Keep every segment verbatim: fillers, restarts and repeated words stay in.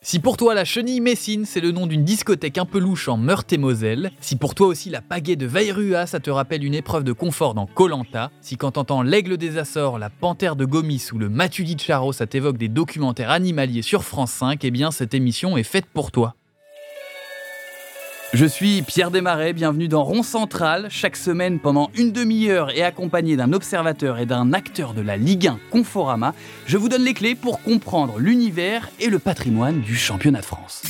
Si pour toi la Chenille Messine c'est le nom d'une discothèque un peu louche en Meurthe-et-Moselle, si pour toi aussi la pagaie de Vairua ça te rappelle une épreuve de confort dans Koh-Lanta, si quand t'entends l'aigle des Açores, la panthère de Gomis ou le Matudi de Charo ça t'évoque des documentaires animaliers sur France cinq, eh bien cette émission est faite pour toi. Je suis Pierre Desmarais, bienvenue dans Rond Central. Chaque semaine, pendant une demi-heure et accompagné d'un observateur et d'un acteur de la Ligue un Conforama, je vous donne les clés pour comprendre l'univers et le patrimoine du championnat de France.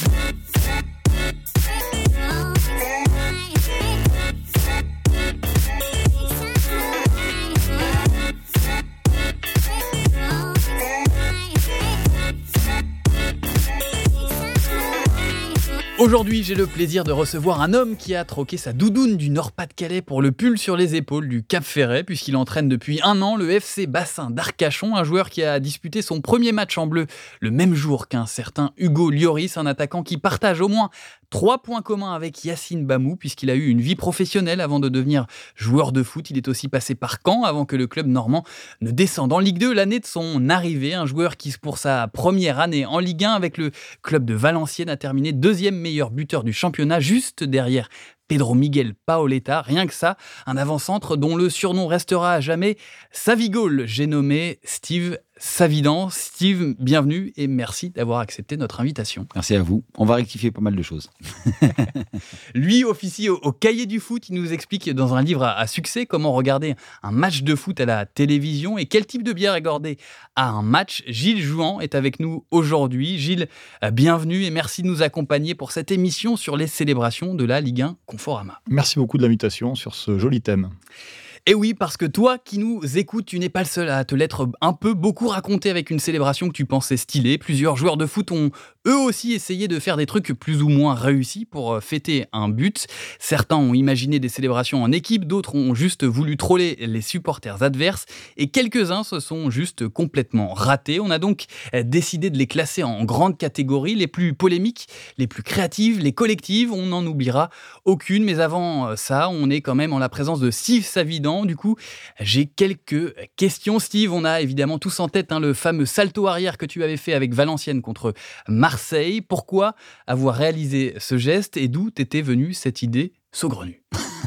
Aujourd'hui, j'ai le plaisir de recevoir un homme qui a troqué sa doudoune du Nord-Pas-de-Calais pour le pull sur les épaules du Cap-Ferret, puisqu'il entraîne depuis un an le F C Bassin d'Arcachon, un joueur qui a disputé son premier match en bleu le même jour qu'un certain Hugo Lloris, un attaquant qui partage au moins trois points communs avec Yacine Bamou, puisqu'il a eu une vie professionnelle avant de devenir joueur de foot. Il est aussi passé par Caen avant que le club normand ne descende en Ligue deux l'année de son arrivée. Un joueur qui, pour sa première année en Ligue un avec le club de Valenciennes, a terminé deuxième meilleur buteur du championnat, juste derrière Pedro Miguel Paoletta. Rien que ça, un avant-centre dont le surnom restera à jamais Savigol. J'ai nommé Steve Savidan. Steve, bienvenue et merci d'avoir accepté notre invitation. Merci à vous. On va rectifier pas mal de choses. Lui officie au, au Cahier du foot. Il nous explique dans un livre à, à succès comment regarder un match de foot à la télévision et quel type de bière accorder à un match. Gilles Jouan est avec nous aujourd'hui. Gilles, bienvenue et merci de nous accompagner pour cette émission sur les célébrations de la Ligue un Conforama. Merci beaucoup de l'invitation sur ce joli thème. Et oui, parce que toi qui nous écoutes, tu n'es pas le seul à te l'être un peu beaucoup raconté avec une célébration que tu pensais stylée. Plusieurs joueurs de foot ont eux aussi essayé de faire des trucs plus ou moins réussis pour fêter un but. Certains ont imaginé des célébrations en équipe, d'autres ont juste voulu troller les supporters adverses et quelques-uns se sont juste complètement ratés. On a donc décidé de les classer en grandes catégories, les plus polémiques, les plus créatives, les collectives. On n'en oubliera aucune, mais avant ça, on est quand même en la présence de Steve Savidan. Du coup, j'ai quelques questions. Steve, on a évidemment tous en tête hein, le fameux salto arrière que tu avais fait avec Valenciennes contre Marseille. Pourquoi avoir réalisé ce geste et d'où t'était venue cette idée saugrenue ?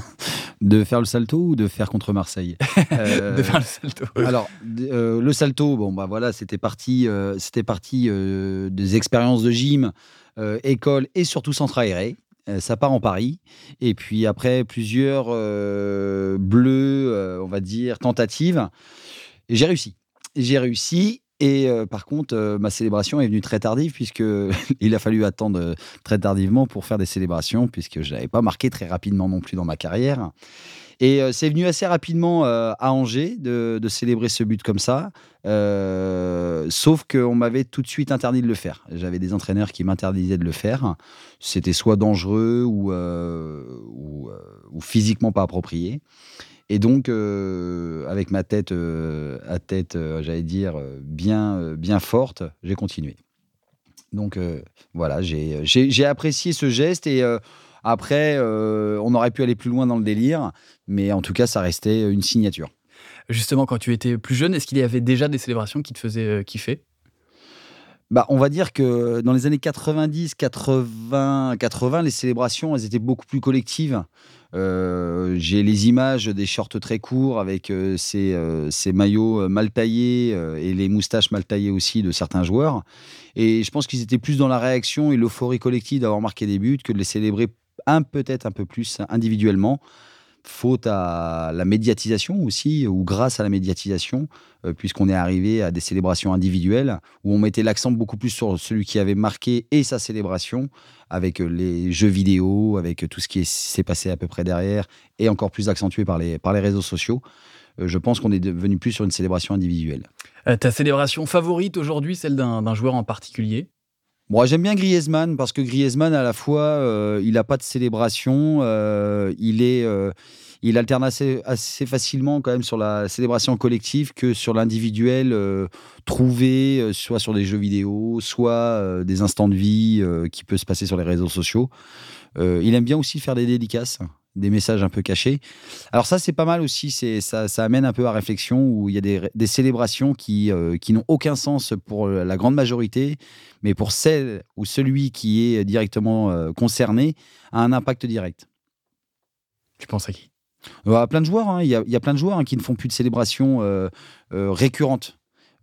De faire le salto ou de faire contre Marseille ? euh, De faire le salto. Alors, euh, le salto, bon, bah voilà, c'était parti, euh, c'était parti euh, des expériences de gym, euh, école et surtout centre aéré. Ça part en Paris. Et puis après plusieurs euh, bleus, euh, on va dire, tentatives, et j'ai réussi. J'ai réussi. Et euh, par contre, euh, ma célébration est venue très tardive, puisqu'il a fallu attendre euh, très tardivement pour faire des célébrations, puisque je n'avais pas marqué très rapidement non plus dans ma carrière. Et euh, c'est venu assez rapidement euh, à Angers de, de célébrer ce but comme ça, euh, sauf qu'on m'avait tout de suite interdit de le faire. J'avais des entraîneurs qui m'interdisaient de le faire. C'était soit dangereux ou, euh, ou, euh, ou physiquement pas approprié. Et donc, euh, avec ma tête, euh, à tête, euh, j'allais dire, bien, euh, bien forte, j'ai continué. Donc euh, voilà, j'ai, j'ai, j'ai apprécié ce geste et... Euh, Après, euh, on aurait pu aller plus loin dans le délire, mais en tout cas, ça restait une signature. Justement, quand tu étais plus jeune, est-ce qu'il y avait déjà des célébrations qui te faisaient euh, kiffer ? Bah, on va dire que dans les années quatre-vingt-dix, quatre-vingts, quatre-vingts, les célébrations, elles étaient beaucoup plus collectives. Euh, j'ai les images des shorts très courts avec euh, ces, euh, ces maillots mal taillés euh, et les moustaches mal taillées aussi de certains joueurs. Et je pense qu'ils étaient plus dans la réaction et l'euphorie collective d'avoir marqué des buts que de les célébrer un, peut-être un peu plus individuellement, faute à la médiatisation aussi, ou grâce à la médiatisation, euh, puisqu'on est arrivé à des célébrations individuelles, où on mettait l'accent beaucoup plus sur celui qui avait marqué et sa célébration, avec les jeux vidéo, avec tout ce qui est, s'est passé à peu près derrière, et encore plus accentué par les, par les réseaux sociaux. Euh, je pense qu'on est devenu plus sur une célébration individuelle. Euh, ta célébration favorite aujourd'hui, celle d'un, d'un joueur en particulier ? Moi, j'aime bien Griezmann parce que Griezmann, à la fois, euh, il n'a pas de célébration, euh, il, est, euh, il alterne assez, assez facilement quand même sur la célébration collective que sur l'individuel euh, trouvé, euh, soit sur des jeux vidéo, soit euh, des instants de vie euh, qui peut se passer sur les réseaux sociaux. Euh, il aime bien aussi faire des dédicaces. des messages un peu cachés. Alors ça, c'est pas mal aussi. C'est, ça, ça amène un peu à réflexion où il y a des, des célébrations qui, euh, qui n'ont aucun sens pour la grande majorité, mais pour celle ou celui qui est directement euh, concerné, a un impact direct. Tu penses à qui ? Euh, à plein de joueurs. hein. Il y a, il y a plein de joueurs hein, qui ne font plus de célébrations euh, euh, récurrentes.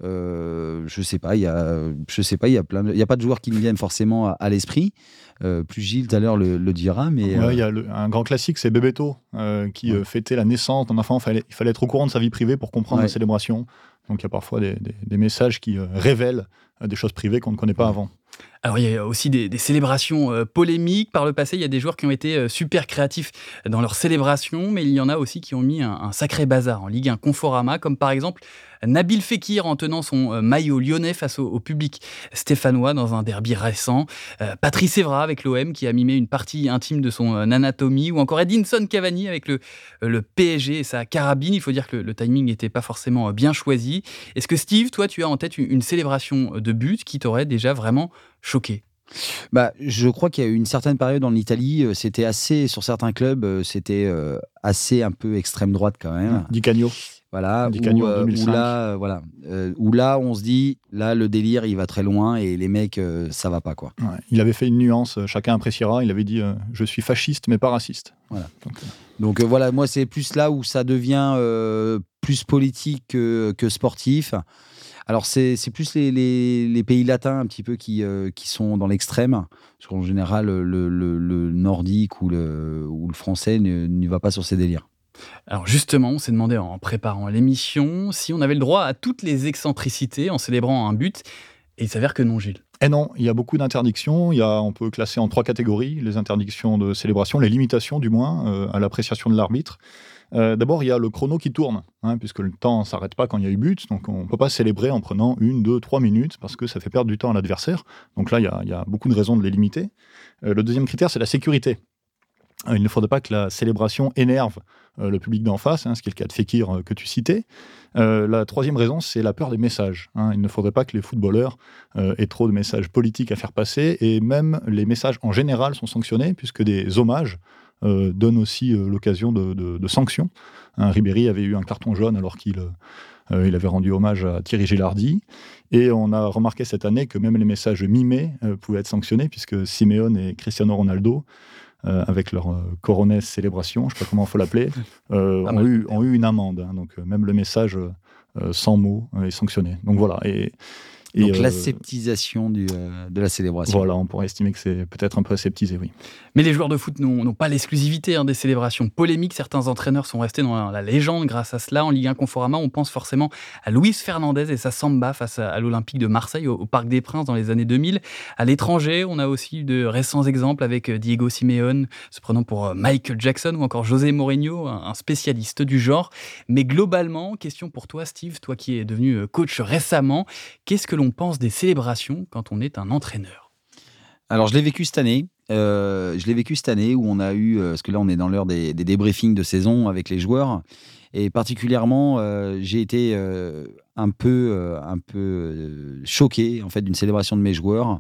Euh, je sais pas, il y a, je sais pas, il y a plein, de- il y a pas de joueurs qui me viennent forcément à, à l'esprit. Euh, plus Gilles tout à l'heure le, le dira, mais Ouais, euh, il y a le- un grand classique, c'est Bebeto, euh, qui Ouais. euh, fêtait la naissance d'un enfant. Fallait, il fallait être au courant de sa vie privée pour comprendre Ouais. la célébration. Donc il y a parfois des, des- des messages qui euh, révèlent euh, des choses privées qu'on ne connaît pas Ouais. avant. Alors, il y a aussi des, des célébrations euh, polémiques. Par le passé, il y a des joueurs qui ont été euh, super créatifs dans leurs célébrations, mais il y en a aussi qui ont mis un, un sacré bazar en Ligue un Conforama, comme par exemple Nabil Fekir en tenant son euh, maillot lyonnais face au, au public stéphanois dans un derby récent, euh, Patrice Evra avec l'O M qui a mimé une partie intime de son euh, anatomie, ou encore Edinson Cavani avec le, euh, le P S G et sa carabine. Il faut dire que le, le timing n'était pas forcément euh, bien choisi. Est-ce que Steve, toi, tu as en tête une, une célébration de but qui t'aurait déjà vraiment choqué ? bah, je crois qu'il y a eu une certaine période en Italie, euh, c'était assez, sur certains clubs, euh, c'était euh, assez un peu extrême droite quand même. Di Canio. Voilà, Di où, Canio en euh, deux mille cinq. où là, euh, voilà, euh, où là, on se dit, là, le délire, il va très loin et les mecs, euh, ça va pas quoi. Ouais. Il avait fait une nuance, euh, chacun appréciera. Il avait dit euh, je suis fasciste mais pas raciste. Voilà. Donc, euh, Donc euh, voilà, moi, c'est plus là où ça devient euh, plus politique que, que sportif. Alors, c'est, c'est plus les, les, les pays latins un petit peu qui, euh, qui sont dans l'extrême. Parce qu'en général, le, le, le nordique ou le, ou le français ne- n'y va pas sur ces délires. Alors justement, on s'est demandé en préparant l'émission si on avait le droit à toutes les excentricités en célébrant un but, et il s'avère que non, Gilles. Et non, il y a beaucoup d'interdictions. Il y a, on peut classer en trois catégories les interdictions de célébration, les limitations du moins, euh, à l'appréciation de l'arbitre. Euh, D'abord, il y a le chrono qui tourne, hein, puisque le temps ne s'arrête pas quand il y a eu but. Donc, on ne peut pas célébrer en prenant une, deux, trois minutes, parce que ça fait perdre du temps à l'adversaire. Donc là, il y a, il y a beaucoup de raisons de les limiter. Euh, le deuxième critère, c'est la sécurité. Euh, Il ne faudrait pas que la célébration énerve euh, le public d'en face, hein, ce qui est le cas de Fekir euh, que tu citais. Euh, la troisième raison, c'est la peur des messages. hein. Il ne faudrait pas que les footballeurs euh, aient trop de messages politiques à faire passer, et même les messages en général sont sanctionnés, puisque des hommages euh, donnent aussi euh, l'occasion de, de- de sanctions. Hein, Ribéry avait eu un carton jaune alors qu'il euh, il avait rendu hommage à Thierry Gilardi, et on a remarqué cette année que même les messages mimés euh, pouvaient être sanctionnés, puisque Simeone et Cristiano Ronaldo, euh, avec leur euh, Coronets célébration, je ne sais pas comment il faut l'appeler, euh, Pas ont, mal. eu, ont eu une amende. hein. donc euh, même le message euh, sans mots euh, est sanctionné. Donc voilà. Et, et, Donc, euh, l'aseptisation du, euh, de la célébration. Voilà, on pourrait estimer que c'est peut-être un peu aseptisé, oui. Mais les joueurs de foot n'ont n'ont pas l'exclusivité hein, des célébrations polémiques. Certains entraîneurs sont restés dans la, la légende grâce à cela. En Ligue un Conforama, on pense forcément à Luis Fernandez et sa samba face à, à l'Olympique de Marseille au, au Parc des Princes dans les années deux mille. À l'étranger, on a aussi eu de récents exemples avec euh, Diego Simeone se prenant pour euh, Michael Jackson, ou encore José Mourinho, un, un spécialiste du genre. Mais globalement, question pour toi Steve, toi qui es devenu euh, coach récemment, qu'est-ce que l'on pense des célébrations quand on est un entraîneur ? Alors, je l'ai vécu cette année. Euh, je l'ai vécu cette année où on a eu, euh, parce que là, on est dans l'heure des, des débriefings de saison avec les joueurs. Et particulièrement, euh, j'ai été euh, un peu, euh, un peu euh, choqué en fait, d'une célébration de mes joueurs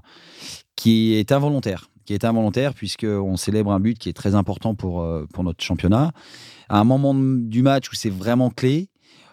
qui est involontaire. Qui est involontaire puisqu'on célèbre un but qui est très important pour, euh, pour notre championnat. À un moment du match où c'est vraiment clé,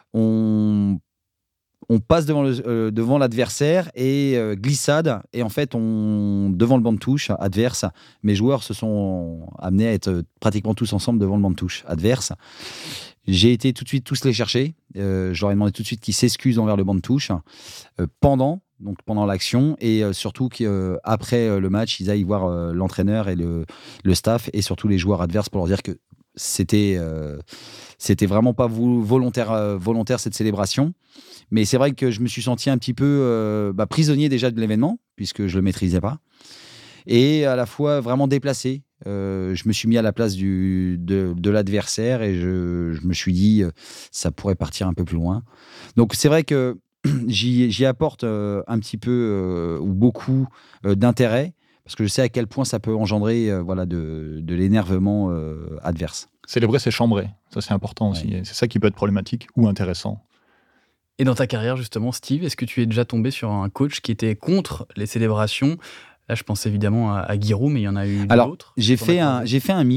on on passe devant, le, euh, devant l'adversaire et euh, glissade. Et en fait, on, devant le banc de touche adverse, mes joueurs se sont amenés à être pratiquement tous ensemble devant le banc de touche adverse. J'ai été tout de suite tous les chercher. Euh, je leur ai demandé tout de suite qu'ils s'excusent envers le banc de touche euh, pendant, donc pendant l'action, et euh, surtout qu'après euh, le match, ils aillent voir euh, l'entraîneur et le, le staff, et surtout les joueurs adverses pour leur dire que c'était, euh, c'était vraiment pas vou- volontaire, euh, volontaire cette célébration. Mais c'est vrai que je me suis senti un petit peu euh, bah, prisonnier déjà de l'événement, puisque je ne le maîtrisais pas. Et à la fois vraiment déplacé. Euh, je me suis mis à la place du, de, de l'adversaire et je, je me suis dit euh, ça pourrait partir un peu plus loin. Donc c'est vrai que j'y, j'y apporte euh, un petit peu euh, ou beaucoup euh, d'intérêt, parce que je sais à quel point ça peut engendrer euh, voilà, de, de l'énervement euh, adverse. Célébrer, c'est chambrer. Ça, c'est important aussi. Ouais. Et c'est ça qui peut être problématique ou intéressant. Et dans ta carrière, justement, Steve, est-ce que tu es déjà tombé sur un coach qui était contre les célébrations ? Là, je pense évidemment à, à Giroud, mais il y en a eu Alors, d'autres. j'ai T'en as fait, un, croisé ? j'ai fait un mime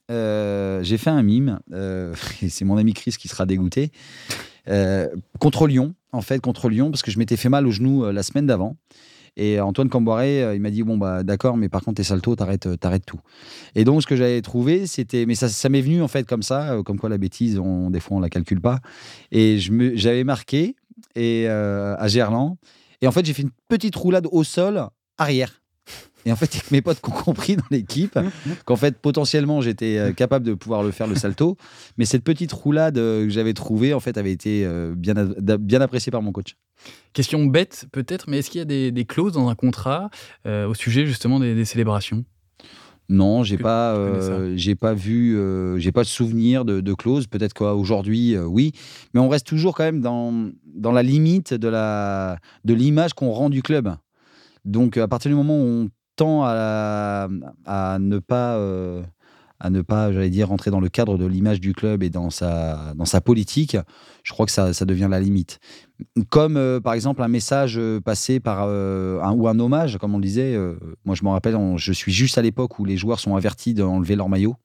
euh, j'ai fait un mime, euh, et c'est mon ami Chris qui sera dégoûté, euh, contre Lyon, en fait, contre Lyon, parce que je m'étais fait mal au genou euh, la semaine d'avant. Et Antoine Camboiré, euh, il m'a dit bon bah d'accord, mais par contre tes saltos, t'arrêtes, euh, t'arrêtes tout. Et donc ce que j'avais trouvé, c'était, mais ça, ça m'est venu en fait comme ça, euh, comme quoi la bêtise, on, des fois on la calcule pas. Et je me, j'avais marqué et euh, à Gerland, et en fait j'ai fait une petite roulade au sol arrière. Et en fait, il y a que mes potes qui ont compris dans l'équipe qu'en fait, potentiellement, j'étais euh, capable de pouvoir le faire, le salto. Mais cette petite roulade euh, que j'avais trouvée, en fait, avait été euh, bien, a- bien appréciée par mon coach. Question bête peut-être, mais est-ce qu'il y a des, des clauses dans un contrat euh, au sujet justement des, des célébrations ? Non, j'ai Que pas, tu connais ça. euh, j'ai pas vu, euh, j'ai pas de souvenir de, de clause. Peut-être qu'aujourd'hui, euh, oui, mais on reste toujours quand même dans, dans la limite de la, de l'image qu'on rend du club. Donc, à partir du moment où on tend à, à ne pas, euh, à ne pas, j'allais dire, rentrer dans le cadre de l'image du club et dans sa, dans sa politique, je crois que ça, ça devient la limite. Comme, euh, par exemple, un message euh, passé par, euh, un, ou un hommage, comme on le disait. Euh, moi, je me rappelle, on- je suis juste à l'époque où les joueurs sont avertis d'enlever leur maillot.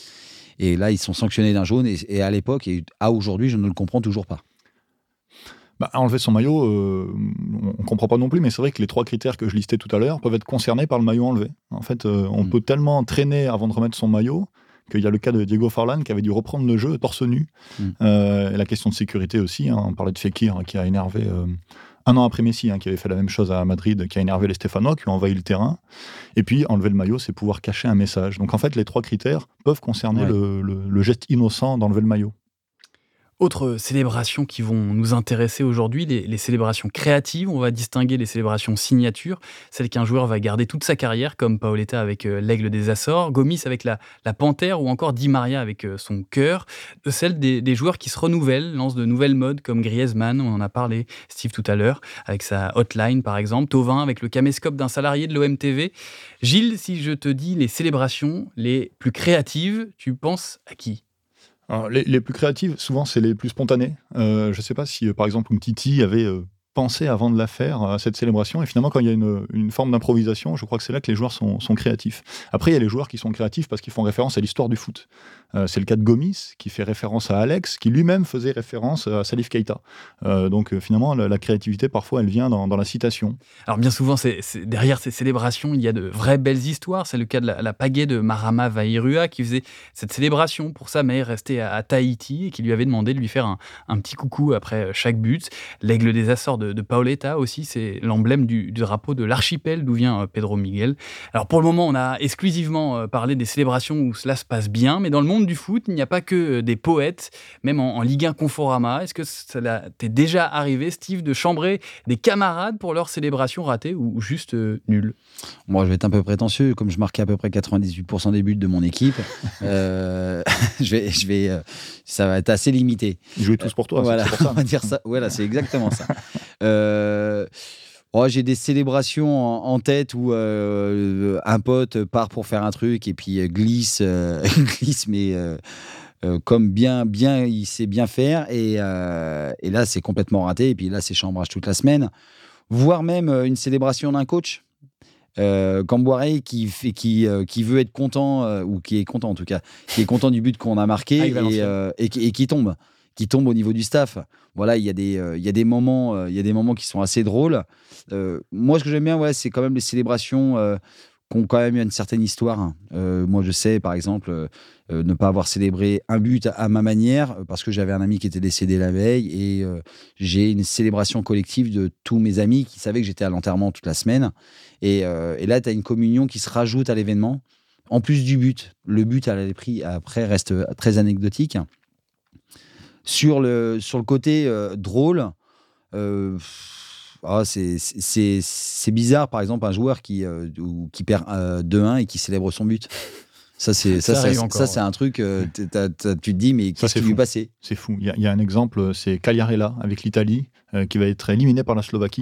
Et là, ils sont sanctionnés d'un jaune. Et, et à l'époque, et à aujourd'hui, je ne le comprends toujours pas. Bah, enlever son maillot, euh, on ne comprend pas non plus, mais c'est vrai que les trois critères que je listais tout à l'heure peuvent être concernés par le maillot enlevé. En fait, euh, on Mm. peut tellement traîner avant de remettre son maillot qu'il y a le cas de Diego Forlán qui avait dû reprendre le jeu torse nu. Mm. Euh, et la question de sécurité aussi, hein, on parlait de Fekir hein, qui a énervé euh, un an après Messi, hein, qui avait fait la même chose à Madrid, qui a énervé les Stéphanois, qui ont envahi le terrain. Et puis, enlever le maillot, c'est pouvoir cacher un message. Donc en fait, les trois critères peuvent concerner Ouais. le, le- le geste innocent d'enlever le maillot. Autres célébrations qui vont nous intéresser aujourd'hui, les, les célébrations créatives. On va distinguer les célébrations signatures, celles qu'un joueur va garder toute sa carrière, comme Paoletta avec euh, l'Aigle des Açores, Gomis avec la, la Panthère ou encore Di Maria avec euh, son cœur, de celles des, des joueurs qui se renouvellent, lancent de nouvelles modes comme Griezmann, on en a parlé, Steve tout à l'heure, avec sa hotline par exemple, Thauvin avec le caméscope d'un salarié de l'O M T V. Gilles, si je te dis les célébrations les plus créatives, tu penses à qui ? Alors, les, les plus créatives, souvent, c'est les plus spontanées. Euh, je ne sais pas si, euh, par exemple, Umtiti avait euh, pensé avant de la faire à cette célébration. Et finalement, quand il y a une, une forme d'improvisation, je crois que c'est là que les joueurs sont, sont créatifs. Après, il y a les joueurs qui sont créatifs parce qu'ils font référence à l'histoire du foot. Euh, c'est le cas de Gomis, qui fait référence à Alex, qui lui-même faisait référence à Salif Keita. Euh, donc, euh, finalement, la, la créativité, parfois, elle vient dans, dans la citation. Alors bien souvent, c'est, c'est- derrière ces célébrations, il y a de vraies belles histoires. C'est le cas de la, la pagaie de Marama Vairua qui faisait cette célébration pour sa mère restée à, à Tahiti et qui lui avait demandé de lui faire un, un petit coucou après chaque but. L'aigle des Açores de, de Paoletta aussi, c'est l'emblème du, du drapeau de l'archipel d'où vient euh, Pedro Miguel. Alors pour le moment, on a exclusivement euh, parlé des célébrations où cela se passe bien, mais dans le monde du foot, il n'y a pas que euh, des poètes, même en, en Ligue un Conforama. Est-ce que ça l'a- t'est déjà arrivé, Steve, de chambrer des camarades pour leur célébration ratée ou ou juste euh, nulle ? Moi, je vais être un peu prétentieux, comme je marquais à peu près quatre-vingt-dix-huit pour cent des buts de mon équipe. euh, je vais, je vais, euh, ça va être assez limité. Ils jouaient tous pour toi, Voilà, c'est pour ça. on va dire ça. Voilà, c'est exactement ça. Euh, oh, j'ai des célébrations en, en tête où euh, un pote part pour faire un truc et puis euh, glisse, euh, glisse, mais euh, euh, comme bien, bien, il sait bien faire. Et, euh, et là, c'est complètement raté. Et puis là, c'est chambrage toute la semaine. Voire même euh, une célébration d'un coach. Euh, Camboiré qui, fait, qui, euh, qui veut être content, euh, ou qui est content en tout cas, qui est content du but qu'on a marqué Avec et, Valenciennes. euh, et, qui- et qui tombe, qui tombe au niveau du staff. Voilà, il y a des, euh, il y a des moments, euh, il y a des moments qui sont assez drôles. Euh, moi, ce que j'aime bien, ouais, c'est quand même les célébrations euh, qui ont quand même une certaine histoire. Euh, moi, je sais, par exemple, euh, euh, ne pas avoir célébré un but à, à ma manière euh, parce que j'avais un ami qui était décédé la veille et euh, j'ai une célébration collective de tous mes amis qui savaient que j'étais à l'enterrement toute la semaine. Et, euh, et là, tu as une communion qui se rajoute à l'événement, en plus du but. Le but, à la pris, après, reste très anecdotique. Sur le, sur le côté euh, drôle, euh, ah, c'est, c'est, c'est bizarre, par exemple, un joueur qui, euh, ou- qui perd euh, deux un et qui célèbre son but. Ça, c'est, ça, Ça ça, arrive ça, encore, c'est un truc, euh, t'as- t'as- tu te dis, mais Ça, qu'est-ce c'est qui lui fou. passait? C'est fou. Il y, a- il y a un exemple, c'est Cagliarella avec l'Italie, euh, qui va être éliminé par la Slovaquie.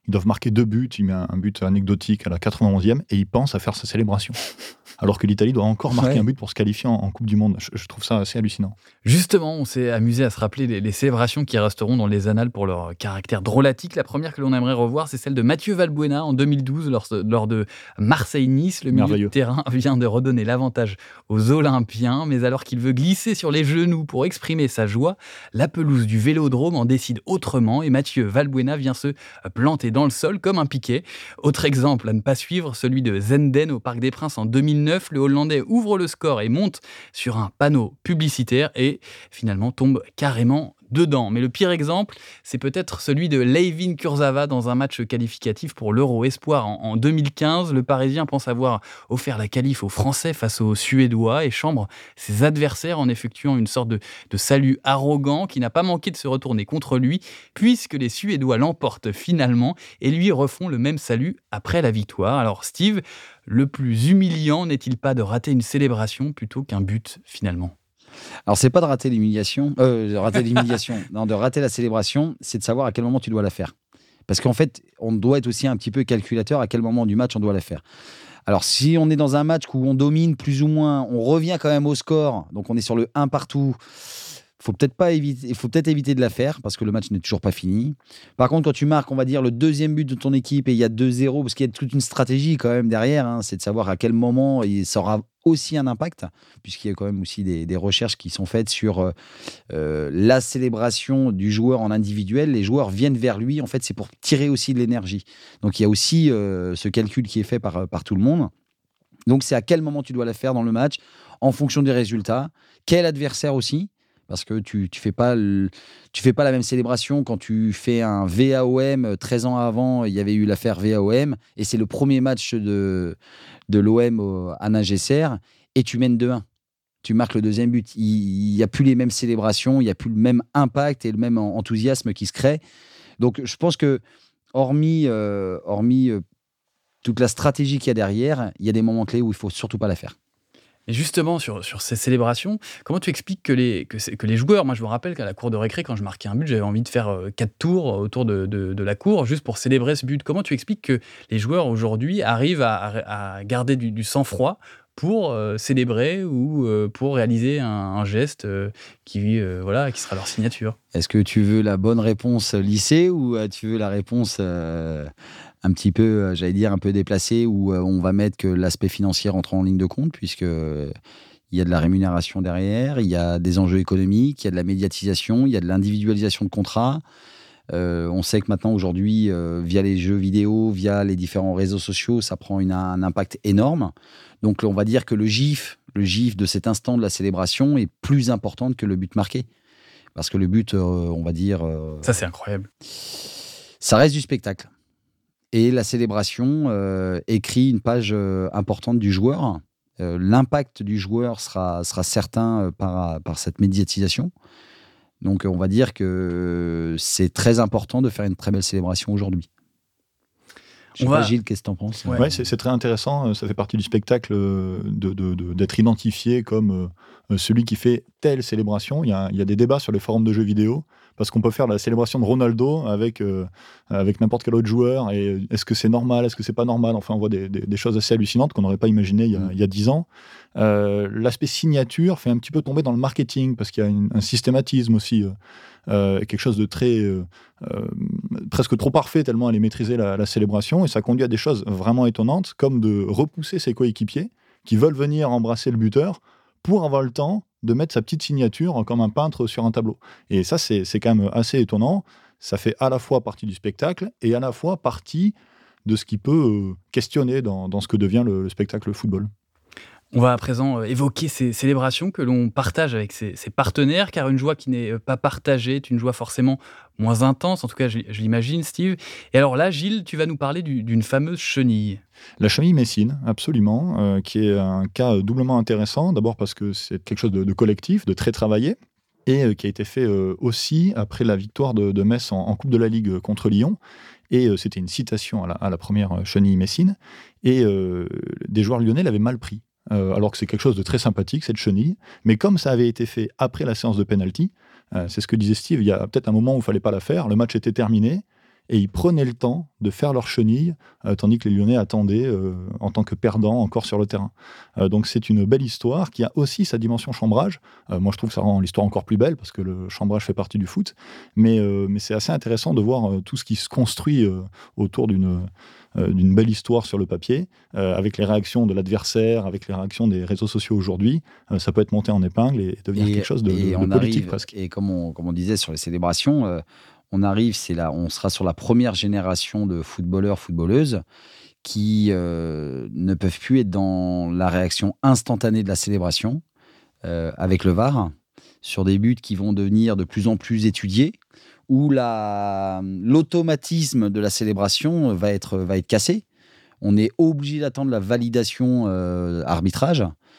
ils doivent marquer deux buts, il met un, un but anecdotique à la quatre-vingt-onzième et il pense à faire sa célébration. Alors que l'Italie doit encore marquer Ouais. un but pour se qualifier en, en Coupe du Monde. Je, je trouve ça assez hallucinant. Justement, on s'est amusé à se rappeler les, les célébrations qui resteront dans les annales pour leur caractère drôlatique. La première que l'on aimerait revoir, c'est celle de Mathieu Valbuena en deux mille douze lors, lors de Marseille-Nice. Le milieu de Merveilleux. terrain vient de redonner l'avantage aux Olympiens, mais alors qu'il veut glisser sur les genoux pour exprimer sa joie, la pelouse du Vélodrome en décide autrement et Mathieu Valbuena vient se planter dans le sol comme un piquet. Autre exemple à ne pas suivre, celui de Zenden au Parc des Princes en deux mille neuf. Le Hollandais ouvre le score et monte sur un panneau publicitaire et finalement tombe carrément dedans. Mais le pire exemple, c'est peut-être celui de Layvin Kurzawa dans un match qualificatif pour l'Euro Espoir en, en deux mille quinze. Le Parisien pense avoir offert la qualif aux Français face aux Suédois et chambre ses adversaires en effectuant une sorte de, de salut arrogant qui n'a pas manqué de se retourner contre lui puisque les Suédois l'emportent finalement et lui refont le même salut après la victoire. Alors Steve, le plus humiliant n'est-il pas de rater une célébration plutôt qu'un but finalement ? Alors, c'est pas de rater l'humiliation, euh, de rater l'humiliation, non, de rater la célébration, c'est de savoir à quel moment tu dois la faire. Parce qu'en fait, on doit être aussi un petit peu calculateur à quel moment du match on doit la faire. Alors, si on est dans un match où on domine plus ou moins, on revient quand même au score, donc on est sur le un partout, faut peut-être pas éviter, il faut peut-être éviter de la faire parce que le match n'est toujours pas fini. Par contre, quand tu marques, on va dire, le deuxième but de ton équipe et il y a deux zéro, parce qu'il y a toute une stratégie quand même derrière, hein, c'est de savoir à quel moment il, ça aura aussi un impact, puisqu'il y a quand même aussi des, des recherches qui sont faites sur euh, la célébration du joueur en individuel. Les joueurs viennent vers lui, en fait, c'est pour tirer aussi de l'énergie. Donc, il y a aussi euh, ce calcul qui est fait par, par tout le monde. Donc, c'est à quel moment tu dois la faire dans le match, en fonction des résultats. Quel adversaire aussi ? Parce que tu tu fais pas le, tu fais pas la même célébration quand tu fais un V A O M. treize ans avant, il y avait eu l'affaire V A O M et c'est le premier match de, de l'O M à Nagesser et tu mènes deux un. Tu marques le deuxième but. Il n'y a plus les mêmes célébrations, il n'y a plus le même impact et le même enthousiasme qui se crée. Donc je pense que hormis, euh, hormis euh, toute la stratégie qu'il y a derrière, il y a des moments clés où il ne faut surtout pas la faire. Et justement, sur, sur ces célébrations, comment tu expliques que les, que, que les joueurs, moi je me rappelle qu'à la cour de récré, quand je marquais un but, j'avais envie de faire euh, quatre tours autour de, de, de la cour, juste pour célébrer ce but. Comment tu expliques que les joueurs aujourd'hui arrivent à, à, à garder du, du sang-froid pour euh, célébrer ou euh, pour réaliser un, un geste euh, qui, euh, voilà, qui sera leur signature ? Est-ce que tu veux la bonne réponse lycée ou euh, tu veux la réponse euh, un petit peu, euh, j'allais dire, un peu déplacée où euh, on va mettre que l'aspect financier rentre en ligne de compte puisque euh, il y a de la rémunération derrière, il y a des enjeux économiques, il y a de la médiatisation, il y a de l'individualisation de contrats. Euh, on sait que maintenant, aujourd'hui, euh, via les jeux vidéo, via les différents réseaux sociaux, ça prend une, un impact énorme. Donc, on va dire que le gif, le gif de cet instant de la célébration est plus important que le but marqué. Parce que le but, euh, on va dire... Euh, Ça, c'est incroyable. Ça reste du spectacle. Et la célébration euh, écrit une page euh, importante du joueur. Euh, l'impact du joueur sera, sera certain euh, par, par cette médiatisation. Donc, on va dire que c'est très important de faire une très belle célébration aujourd'hui. Je sais On pas, va... Gilles, qu'est-ce que tu en penses ? Ouais. Ouais, c'est, c'est très intéressant. Ça fait partie du spectacle de, de, de, d'être identifié comme euh, celui qui fait telle célébration. Il y a, il y a des débats sur les forums de jeux vidéo parce qu'on peut faire la célébration de Ronaldo avec, euh, avec n'importe quel autre joueur. Et est-ce que c'est normal ? Est-ce que c'est pas normal ? Enfin, on voit des, des, des choses assez hallucinantes qu'on n'aurait pas imaginées il y a, il y a dix ans. Euh, l'aspect signature fait un petit peu tomber dans le marketing parce qu'il y a une, un systématisme aussi. Euh, Euh, quelque chose de très euh, euh, presque trop parfait tellement elle est maîtrisée la, la célébration et ça conduit à des choses vraiment étonnantes comme de repousser ses coéquipiers qui veulent venir embrasser le buteur pour avoir le temps de mettre sa petite signature comme un peintre sur un tableau. Et ça c'est, c'est quand même assez étonnant. Ça fait à la fois partie du spectacle et à la fois partie de ce qui peut euh, questionner dans, dans ce que devient le, le spectacle football. On va à présent évoquer ces célébrations que l'on partage avec ses, ses partenaires, car une joie qui n'est pas partagée est une joie forcément moins intense, en tout cas je, je l'imagine, Steve. Et alors là, Gilles, tu vas nous parler du, d'une fameuse chenille. La chenille messine, absolument, euh, qui est un cas doublement intéressant, d'abord parce que c'est quelque chose de, de collectif, de très travaillé, et euh, qui a été fait euh, aussi après la victoire de, de Metz en, en Coupe de la Ligue contre Lyon. Et euh, c'était une citation à la, à la première chenille messine, et euh, des joueurs lyonnais l'avaient mal pris. Euh, alors que c'est quelque chose de très sympathique, cette chenille. Mais comme ça avait été fait après la séance de penalty, euh, c'est ce que disait Steve, il y a peut-être un moment où il ne fallait pas la faire, le match était terminé, et ils prenaient le temps de faire leur chenille, euh, tandis que les Lyonnais attendaient euh, en tant que perdants encore sur le terrain. Euh, donc c'est une belle histoire qui a aussi sa dimension chambrage. Euh, moi je trouve que ça rend l'histoire encore plus belle parce que le chambrage fait partie du foot, mais, euh, mais c'est assez intéressant de voir euh, tout ce qui se construit euh, autour d'une... Euh, d'une belle histoire sur le papier, euh, avec les réactions de l'adversaire, avec les réactions des réseaux sociaux aujourd'hui, euh, ça peut être monté en épingle et devenir Et, quelque chose de, et de on politique arrive, presque. et comme on, comme on disait sur les célébrations, euh, on arrive, c'est là, on sera sur la première génération de footballeurs, footballeuses qui euh, ne peuvent plus être dans la réaction instantanée de la célébration euh, avec le V A R, sur des buts qui vont devenir de plus en plus étudiés, où la, l'automatisme de la célébration va être, va être cassé. On est obligé d'attendre la validation euh, arbitrage.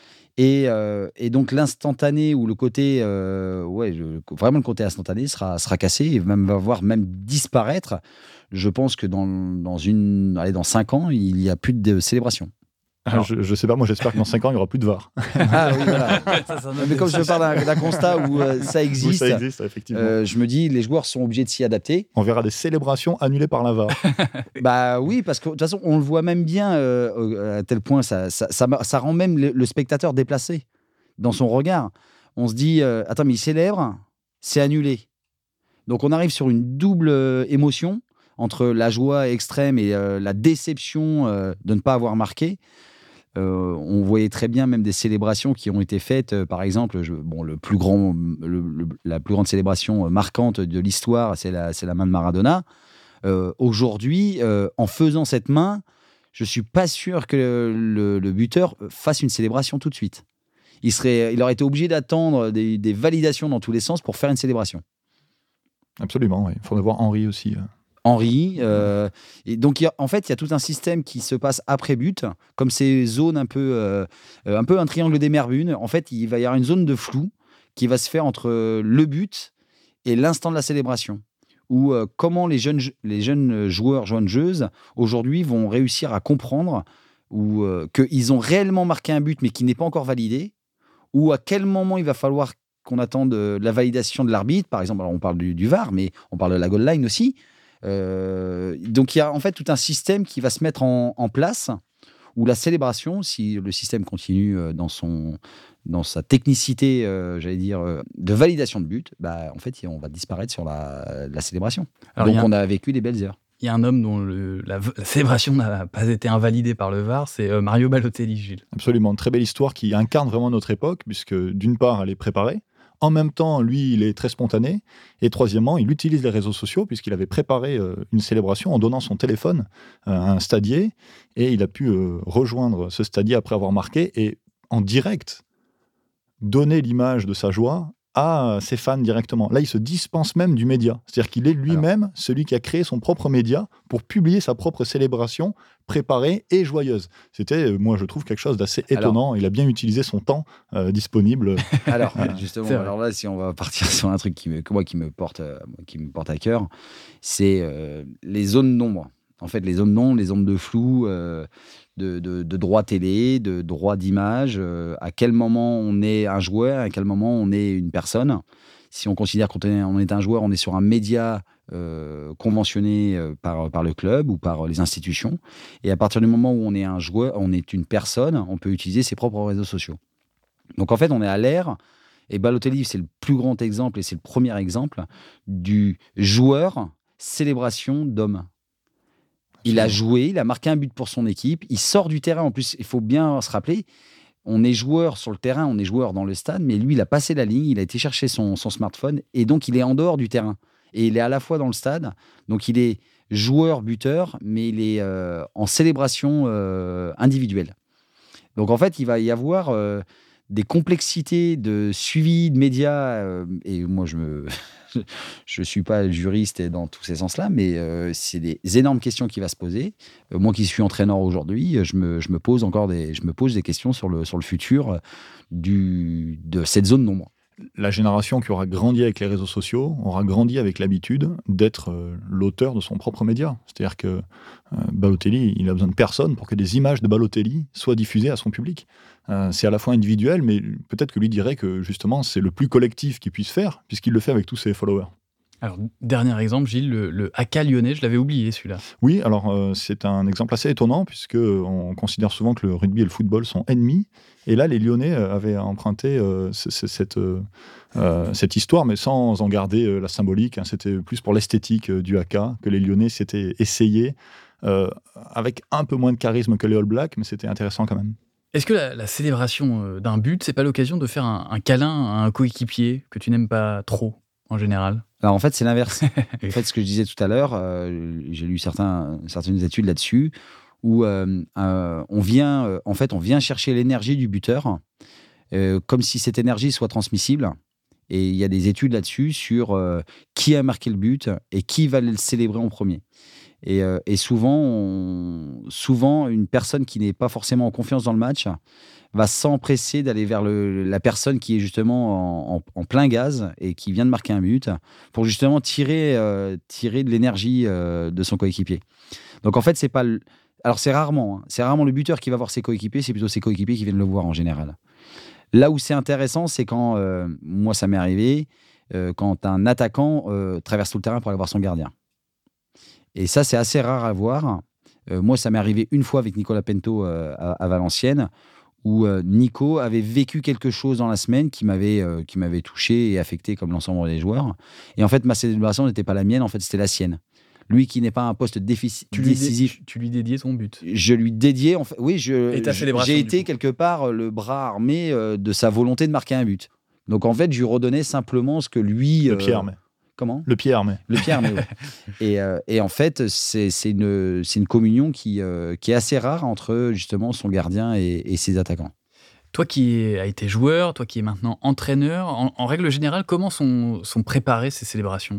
Et, euh, et donc l'instantané ou le côté, euh, ouais, le- vraiment le côté instantané sera, sera cassé et même, va voir même disparaître. Je pense que dans, dans, une, allez, dans cinq ans, il n'y a plus de célébration. Alors, je, je sais pas, moi j'espère que dans cinq ans il n'y aura plus de V A R. Ah oui, voilà. Ça, ça Mais comme je parle d'un, d'un constat où euh, ça Oui, existe, ça existe, effectivement. euh, je me dis les joueurs sont obligés de s'y adapter. On verra des célébrations annulées par la V A R. Bah oui, parce que de toute façon, on le voit même bien euh, euh, à tel point, ça, ça, ça, ça rend même le, le spectateur déplacé dans son regard. On se dit, euh, attends, mais il célèbre, c'est annulé. Donc on arrive sur une double euh, émotion entre la joie extrême et euh, la déception euh, de ne pas avoir marqué. Euh, on voyait très bien même des célébrations qui ont été faites. Euh, par exemple, je, bon, le plus grand, le, le, la plus grande célébration marquante de l'histoire, c'est la, c'est la main de Maradona. Euh, aujourd'hui, euh, en faisant cette main, je ne suis pas sûr que le, le buteur fasse une célébration tout de suite. Il, serait, il aurait été obligé d'attendre des, des validations dans tous les sens pour faire une célébration. Absolument, oui. Il faudrait voir Henry aussi. euh. Henry. Euh, et donc, il y a- en fait, il y a tout un système qui se passe après but, comme ces zones un peu, euh, euh, un peu un triangle des Bermudes. En fait, il va y avoir une zone de flou qui va se faire entre le but et l'instant de la célébration. Ou euh, comment les jeunes, les jeunes joueurs, jeunes joueuses, aujourd'hui, vont réussir à comprendre ou euh, qu'ils ont réellement marqué un but, mais qui n'est pas encore validé, ou à quel moment il va falloir qu'on attende euh, la validation de l'arbitre. Par exemple, alors on parle du, du V A R, mais on parle de la goal line aussi. Euh, donc il y a en fait tout un système qui va se mettre en, en place où la célébration, si le système continue euh, dans, son, dans sa technicité, euh, j'allais dire, euh, de validation de but, bah, en fait on va disparaître sur la, la célébration. Alors, il donc y a un- on a vécu des belles heures. Il y a un homme dont le- la, la célébration n'a pas été invalidée par le V A R, c'est euh, Mario Balotelli, Gilles. Absolument, une très belle histoire qui incarne vraiment notre époque, puisque d'une part, elle est préparée. En même temps, lui, il est très spontané. Et troisièmement, il utilise les réseaux sociaux, puisqu'il avait préparé euh, une célébration en donnant son téléphone euh, à un stadier. Et il a pu euh, rejoindre ce stadier après avoir marqué et en direct donner l'image de sa joie à ses fans directement. Là, il se dispense même du média. C'est-à-dire qu'il est lui-même celui qui a créé son propre média pour publier sa propre célébration préparée et joyeuse. C'était, euh, moi, je trouve quelque chose d'assez étonnant. Il a bien utilisé son temps euh, disponible. Alors, justement, C'est vrai. alors là, si on va partir sur un truc qui me, que moi, qui me porte, euh, qui me porte à cœur, c'est euh, les zones d'ombre. En fait, les zones d'ombre, les zones de flou, euh, de, de, de droit télé, de droit d'image, euh, à quel moment on est un joueur, à quel moment on est une personne. Si on considère qu'on est, on est un joueur, on est sur un média euh, conventionné euh, par, par le club ou par les institutions. Et à partir du moment où on est un joueur, on est une personne, on peut utiliser ses propres réseaux sociaux. Donc en fait, on est à l'ère, et Balotelli, c'est le plus grand exemple et c'est le premier exemple du joueur célébration d'homme. Il a joué, il a marqué un but pour son équipe, il sort du terrain. En plus, il faut bien se rappeler, on est joueur sur le terrain, on est joueur dans le stade, mais lui, il a passé la ligne, il a été chercher son, son smartphone, et donc il est en dehors du terrain. Et il est à la fois dans le stade, donc il est joueur-buteur, mais il est euh, en célébration euh, individuelle. Donc en fait, il va y avoir euh, des complexités de suivi de médias, euh, et moi je me... je ne suis pas juriste dans tous ces sens-là, mais euh, c'est des énormes questions qui vont se poser. Euh, moi qui suis entraîneur aujourd'hui, je me, je me pose encore des, je me pose des questions sur le, sur le futur du, de cette zone d'ombre. La génération qui aura grandi avec les réseaux sociaux aura grandi avec l'habitude d'être euh, l'auteur de son propre média. C'est-à-dire que euh, Balotelli, il a besoin de personne pour que des images de Balotelli soient diffusées à son public. Euh, c'est à la fois individuel, mais peut-être que lui dirait que justement c'est le plus collectif qu'il puisse faire, puisqu'il le fait avec tous ses followers. Alors, dernier exemple, Gilles, le, le haka lyonnais, je l'avais oublié celui-là. Oui, alors euh, c'est un exemple assez étonnant puisque on considère souvent que le rugby et le football sont ennemis. Et là, les Lyonnais euh, avaient emprunté euh, c- c- cette, euh, euh, cette histoire, mais sans en garder euh, la symbolique. Hein. C'était plus pour l'esthétique euh, du haka que les Lyonnais s'étaient essayés, euh, avec un peu moins de charisme que les All Blacks, mais c'était intéressant quand même. Est-ce que la, la célébration euh, d'un but, c'est pas l'occasion de faire un, un câlin à un coéquipier que tu n'aimes pas trop, en général? Alors en fait, c'est l'inverse. En fait, ce que je disais tout à l'heure, euh, j'ai lu certains, certaines études là-dessus, où euh, euh, on vient, euh, en fait, on vient chercher l'énergie du buteur, euh, comme si cette énergie soit transmissible. Et il y a des études là-dessus sur euh, qui a marqué le but et qui va le célébrer en premier. Et, euh, et souvent, on- souvent, une personne qui n'est pas forcément en confiance dans le match va s'empresser d'aller vers le- la personne qui est justement en, en- en plein gaz et qui vient de marquer un but pour justement tirer, euh, tirer de l'énergie euh, de son coéquipier. Donc en fait, c'est pas. le- Alors c'est rarement, hein, c'est rarement le buteur qui va voir ses coéquipiers, c'est plutôt ses coéquipiers qui viennent le voir en général. Là où c'est intéressant, c'est quand, euh, moi ça m'est arrivé, euh, quand un attaquant euh, traverse tout le terrain pour aller voir son gardien. Et ça, c'est assez rare à voir. Euh, moi, ça m'est arrivé une fois avec Nicolas Pento euh, à, à Valenciennes, où euh, Nico avait vécu quelque chose dans la semaine qui m'avait euh, qui m'avait touché et affecté comme l'ensemble des joueurs. Et en fait, ma célébration n'était pas la mienne, en fait, c'était la sienne. Lui qui n'est pas un poste défici- Tu lui, dé- décisif, tu- tu lui dédiais ton but. je lui dédiais, en fait, oui, je, Et ta je- célébration, j'ai du été coup. quelque part le bras armé euh, de sa volonté de marquer un but. Donc en fait, je lui redonnais simplement ce que lui. Le euh, pied armé. Comment Le pied armé. Le pied armé, ouais. Et, euh, et en fait, c'est c'est une, c'est une communion qui, euh, qui est assez rare entre justement son gardien et, et ses attaquants. Toi qui as été joueur, toi qui es maintenant entraîneur, en, en règle générale, comment sont, sont préparées ces célébrations?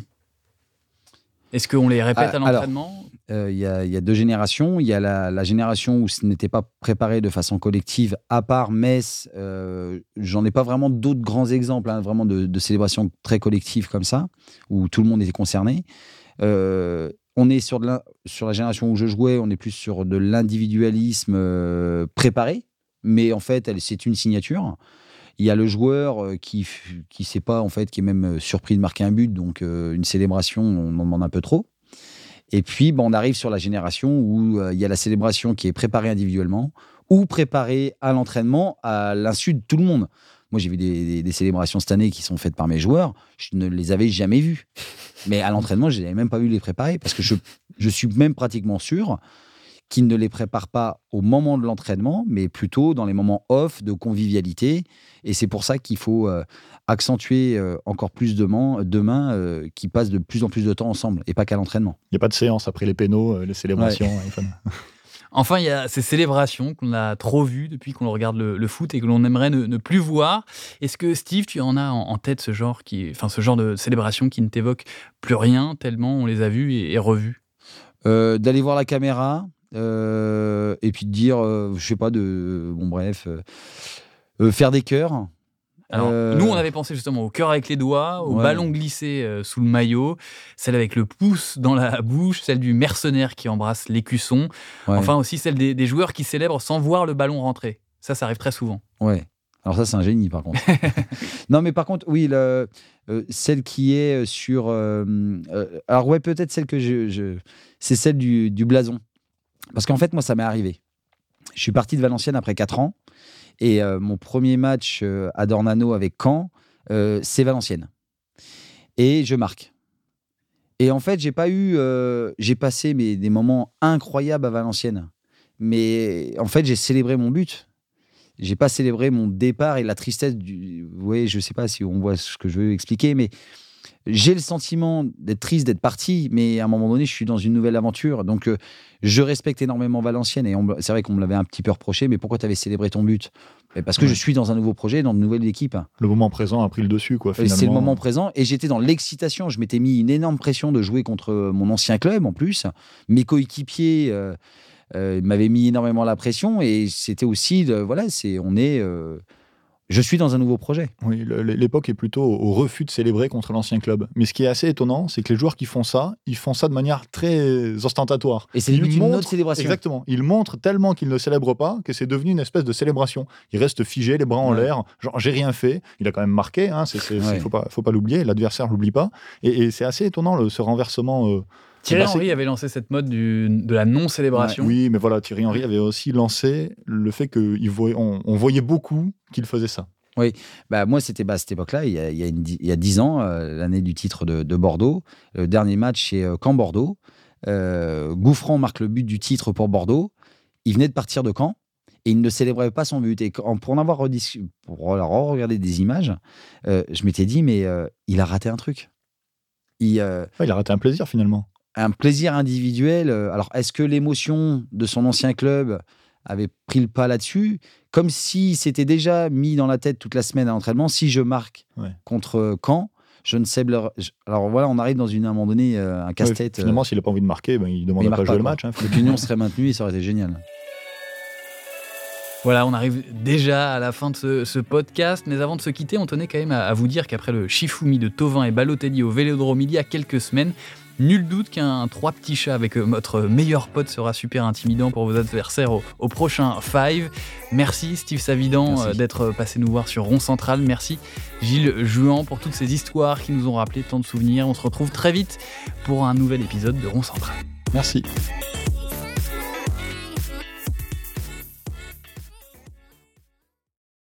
Est-ce qu'on les répète Ah, à alors, l'entraînement? Euh, Il y, a, il y a deux générations. Il y a la, la génération où ce n'était pas préparé de façon collective, à part Metz. Euh, J'en ai pas vraiment d'autres grands exemples, hein, vraiment de, de célébrations très collectives comme ça, où tout le monde était concerné. Euh, on est sur, de l'in- sur la génération où je jouais, on est plus sur de l'individualisme euh, préparé, mais en fait, elle- c'est une signature. Il y a le joueur euh, qui f- qui sait pas, en fait, qui est même euh, surpris de marquer un but, donc euh, une célébration, on en demande un peu trop. Et puis, bon, on arrive sur la génération où euh, il y a la célébration qui est préparée individuellement ou préparée à l'entraînement à l'insu de tout le monde. Moi, j'ai vu des, des- des célébrations cette année qui sont faites par mes joueurs. Je ne les avais jamais vues. Mais à l'entraînement, je n'avais même pas vu les préparer parce que je, je suis même pratiquement sûr qu'ils ne les préparent pas au moment de l'entraînement, mais plutôt dans les moments off de convivialité. Et c'est pour ça qu'il faut euh, accentuer euh, encore plus demain, demain euh, qu'ils passent de plus en plus de temps ensemble et pas qu'à l'entraînement. Il n'y a pas de séance après les pénaux, euh, les célébrations. hein, il faut- Enfin, il y a ces célébrations qu'on a trop vues depuis qu'on regarde le, le foot et que l'on aimerait ne, ne plus voir. Est-ce que, Steve, tu en as en, en tête ce genre, qui, enfin, ce genre de célébration qui ne t'évoque plus rien, tellement on les a vues et, et revues? Euh, D'aller voir la caméra euh, et puis de dire, euh, je sais pas, de, bon bref, euh, euh, faire des chœurs. Alors, Euh, nous, on avait pensé justement au cœur avec les doigts, au Ouais. ballon glissé euh, sous le maillot, celle avec le pouce dans la bouche, celle du mercenaire qui embrasse l'écusson, ouais, enfin aussi celle des, des joueurs qui célèbrent sans voir le ballon rentrer. Ça, ça arrive très souvent. ouais. Alors ça, c'est un génie, par contre. Non, mais par contre, oui, le- euh, celle qui est sur... euh, euh, alors ouais, peut-être celle que je... je- c'est celle du, du blason. Parce qu'en fait, moi, ça m'est arrivé. Je suis parti de Valenciennes après quatre ans. Et euh, mon premier match euh, à Dornano avec Caen, euh, c'est Valenciennes. Et je marque. Et en fait, j'ai pas eu... euh, j'ai passé mais, des moments incroyables à Valenciennes. Mais en fait, j'ai célébré mon but. J'ai pas célébré mon départ et la tristesse du. Oui, je sais pas si on voit ce que je veux expliquer, mais j'ai le sentiment d'être triste d'être parti, mais à un moment donné, je suis dans une nouvelle aventure. Donc, euh, je respecte énormément Valenciennes et on me- c'est vrai qu'on me l'avait un petit peu reproché, mais pourquoi tu avais célébré ton but? Mais parce que Ouais. je suis dans un nouveau projet, dans une nouvelle équipe. Le moment présent a pris le dessus, quoi, Et finalement. c'est le moment présent et j'étais dans l'excitation. Je m'étais mis une énorme pression de jouer contre mon ancien club en plus. Mes coéquipiers. euh, euh, m'avait mis énormément la pression et c'était aussi de, voilà, c'est on est euh, je suis dans un nouveau projet. Oui, le- l'époque est plutôt au refus de célébrer contre l'ancien club. Mais ce qui est assez étonnant, c'est que les joueurs qui font ça, ils font ça de manière très ostentatoire. Et c'est Ils limite une montrent- autre célébration. Exactement. Ils montrent tellement qu'ils ne célèbrent pas que c'est devenu une espèce de célébration. Ils restent figés, les bras en Ouais. l'air. Genre, j'ai rien fait. Il a quand même marqué. Hein, c'est, c'est, c'est- Ouais. faut pas, faut pas l'oublier. L'adversaire l'oublie pas. Et, et c'est assez étonant le- ce renversement. euh, Thierry bah, c'est- Henry avait lancé cette mode du- de la non-célébration. Oui, mais voilà, Thierry Henry avait aussi lancé le fait qu'on on voyait beaucoup qu'il faisait ça. Bah, moi, c'était bah, à cette époque-là, il y a, il y a, une di- il y a dix ans, euh, l'année du titre de, de Bordeaux. Le dernier match, c'est euh, Caen-Bordeaux. Euh, Gouffran marque le but du titre pour Bordeaux. Il venait de partir de Caen et il ne célébrait pas son but. Et quand- pour en avoir redis- pour avoir regardé des images, euh, je m'étais dit, mais euh, il a raté un truc. Il, euh, Ouais, il a raté un plaisir finalement. un plaisir individuel. euh, Alors, est-ce que l'émotion de son ancien club avait pris le pas là-dessus? Comme si c'était déjà mis dans la tête toute la semaine à l'entraînement, si je marque Ouais. contre Caen, je ne célébrerai. je- Alors voilà, on arrive dans une, à un moment donné, euh, un Ouais, casse-tête. finalement, euh, s'il n'a pas envie de marquer, ben, il demande il à marque pas jouer pas, le quoi. match. Hein, Le pignon serait maintenu et ça aurait été génial. Voilà, on arrive déjà à la fin de ce, ce podcast, mais avant de se quitter, on tenait quand même à, à vous dire qu'après le Shifumi de Thauvin et Balotelli au Vélodrome il y a quelques semaines, nul doute qu'un trois petits chats avec euh, votre meilleur pote sera super intimidant pour vos adversaires au, au prochain Five. Merci Steve Savidan Merci. euh, d'être passé nous voir sur Rond Central. Merci Gilles Juan pour toutes ces histoires qui nous ont rappelé tant de souvenirs. On se retrouve très vite pour un nouvel épisode de Rond Central. Merci.